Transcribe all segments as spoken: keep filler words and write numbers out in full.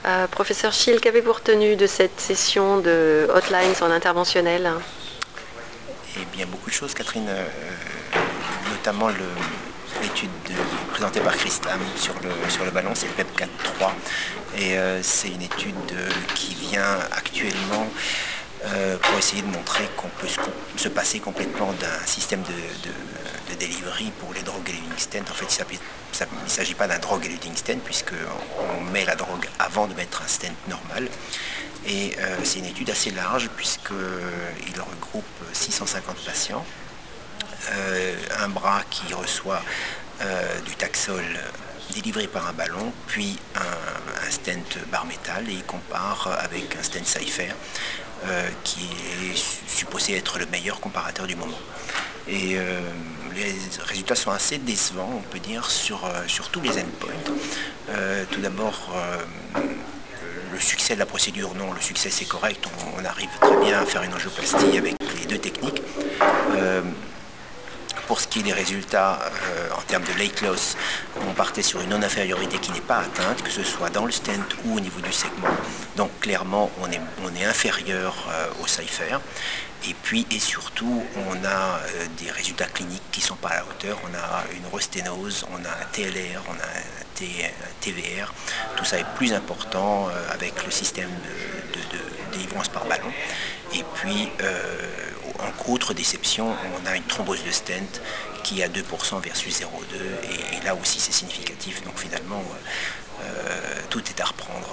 Euh, professeur Schill, qu'avez-vous retenu de cette session de Hotlines en interventionnel? Eh bien, beaucoup de choses, Catherine, euh, notamment le, l'étude de, présentée par Chris Tam sur le, sur le ballon, c'est le P E P quatre trois. Et euh, c'est une étude euh, qui vient actuellement euh, pour essayer de montrer qu'on peut se, se passer complètement d'un système de, de, de delivery pour les drogues eluting stent. En fait, il ne s'agit pas d'un drogue eluting stent puisqu'on met la drogue avant de mettre un stent normal. Et euh, c'est une étude assez large puisqu'il regroupe six cent cinquante patients, euh, un bras qui reçoit euh, du Taxol délivré par un ballon, puis un, un stent bar métal, et il compare avec un stent Cypher euh, qui est supposé être le meilleur comparateur du moment. Et euh, les résultats sont assez décevants, on peut dire, sur, euh, sur tous les endpoints. Euh, tout d'abord, euh, le succès de la procédure, non, le succès c'est correct, on, on arrive très bien à faire une angioplastie avec les deux techniques. Euh, Pour ce qui est des résultats euh, en termes de late loss, on partait sur une non-infériorité qui n'est pas atteinte, que ce soit dans le stent ou au niveau du segment. Donc clairement, on est, on est inférieur euh, au Cypher. Et puis, et surtout, on a euh, des résultats cliniques qui ne sont pas à la hauteur. On a une eurosténose, on a un T L R, on a un, T, un T V R. Tout ça est plus important euh, avec le système de, de, de délivrance par ballon. Et puis, euh, en autre déception, on a une thrombose de stent qui est à deux pour cent versus zéro virgule deux. Et, et là aussi, c'est significatif. Donc finalement, euh, tout est à reprendre.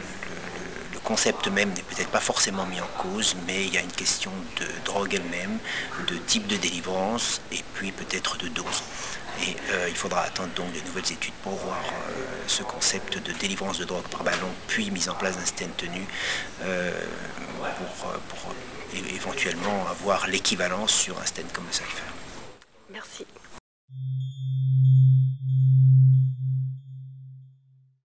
Le concept même n'est peut-être pas forcément mis en cause, mais il y a une question de drogue elle-même, de type de délivrance et puis peut-être de dose. Et euh, il faudra attendre donc de nouvelles études pour voir euh, ce concept de délivrance de drogue par ballon, puis mise en place d'un stent tenu euh, pour, pour éventuellement avoir l'équivalence sur un stent comme le Cypher. Merci.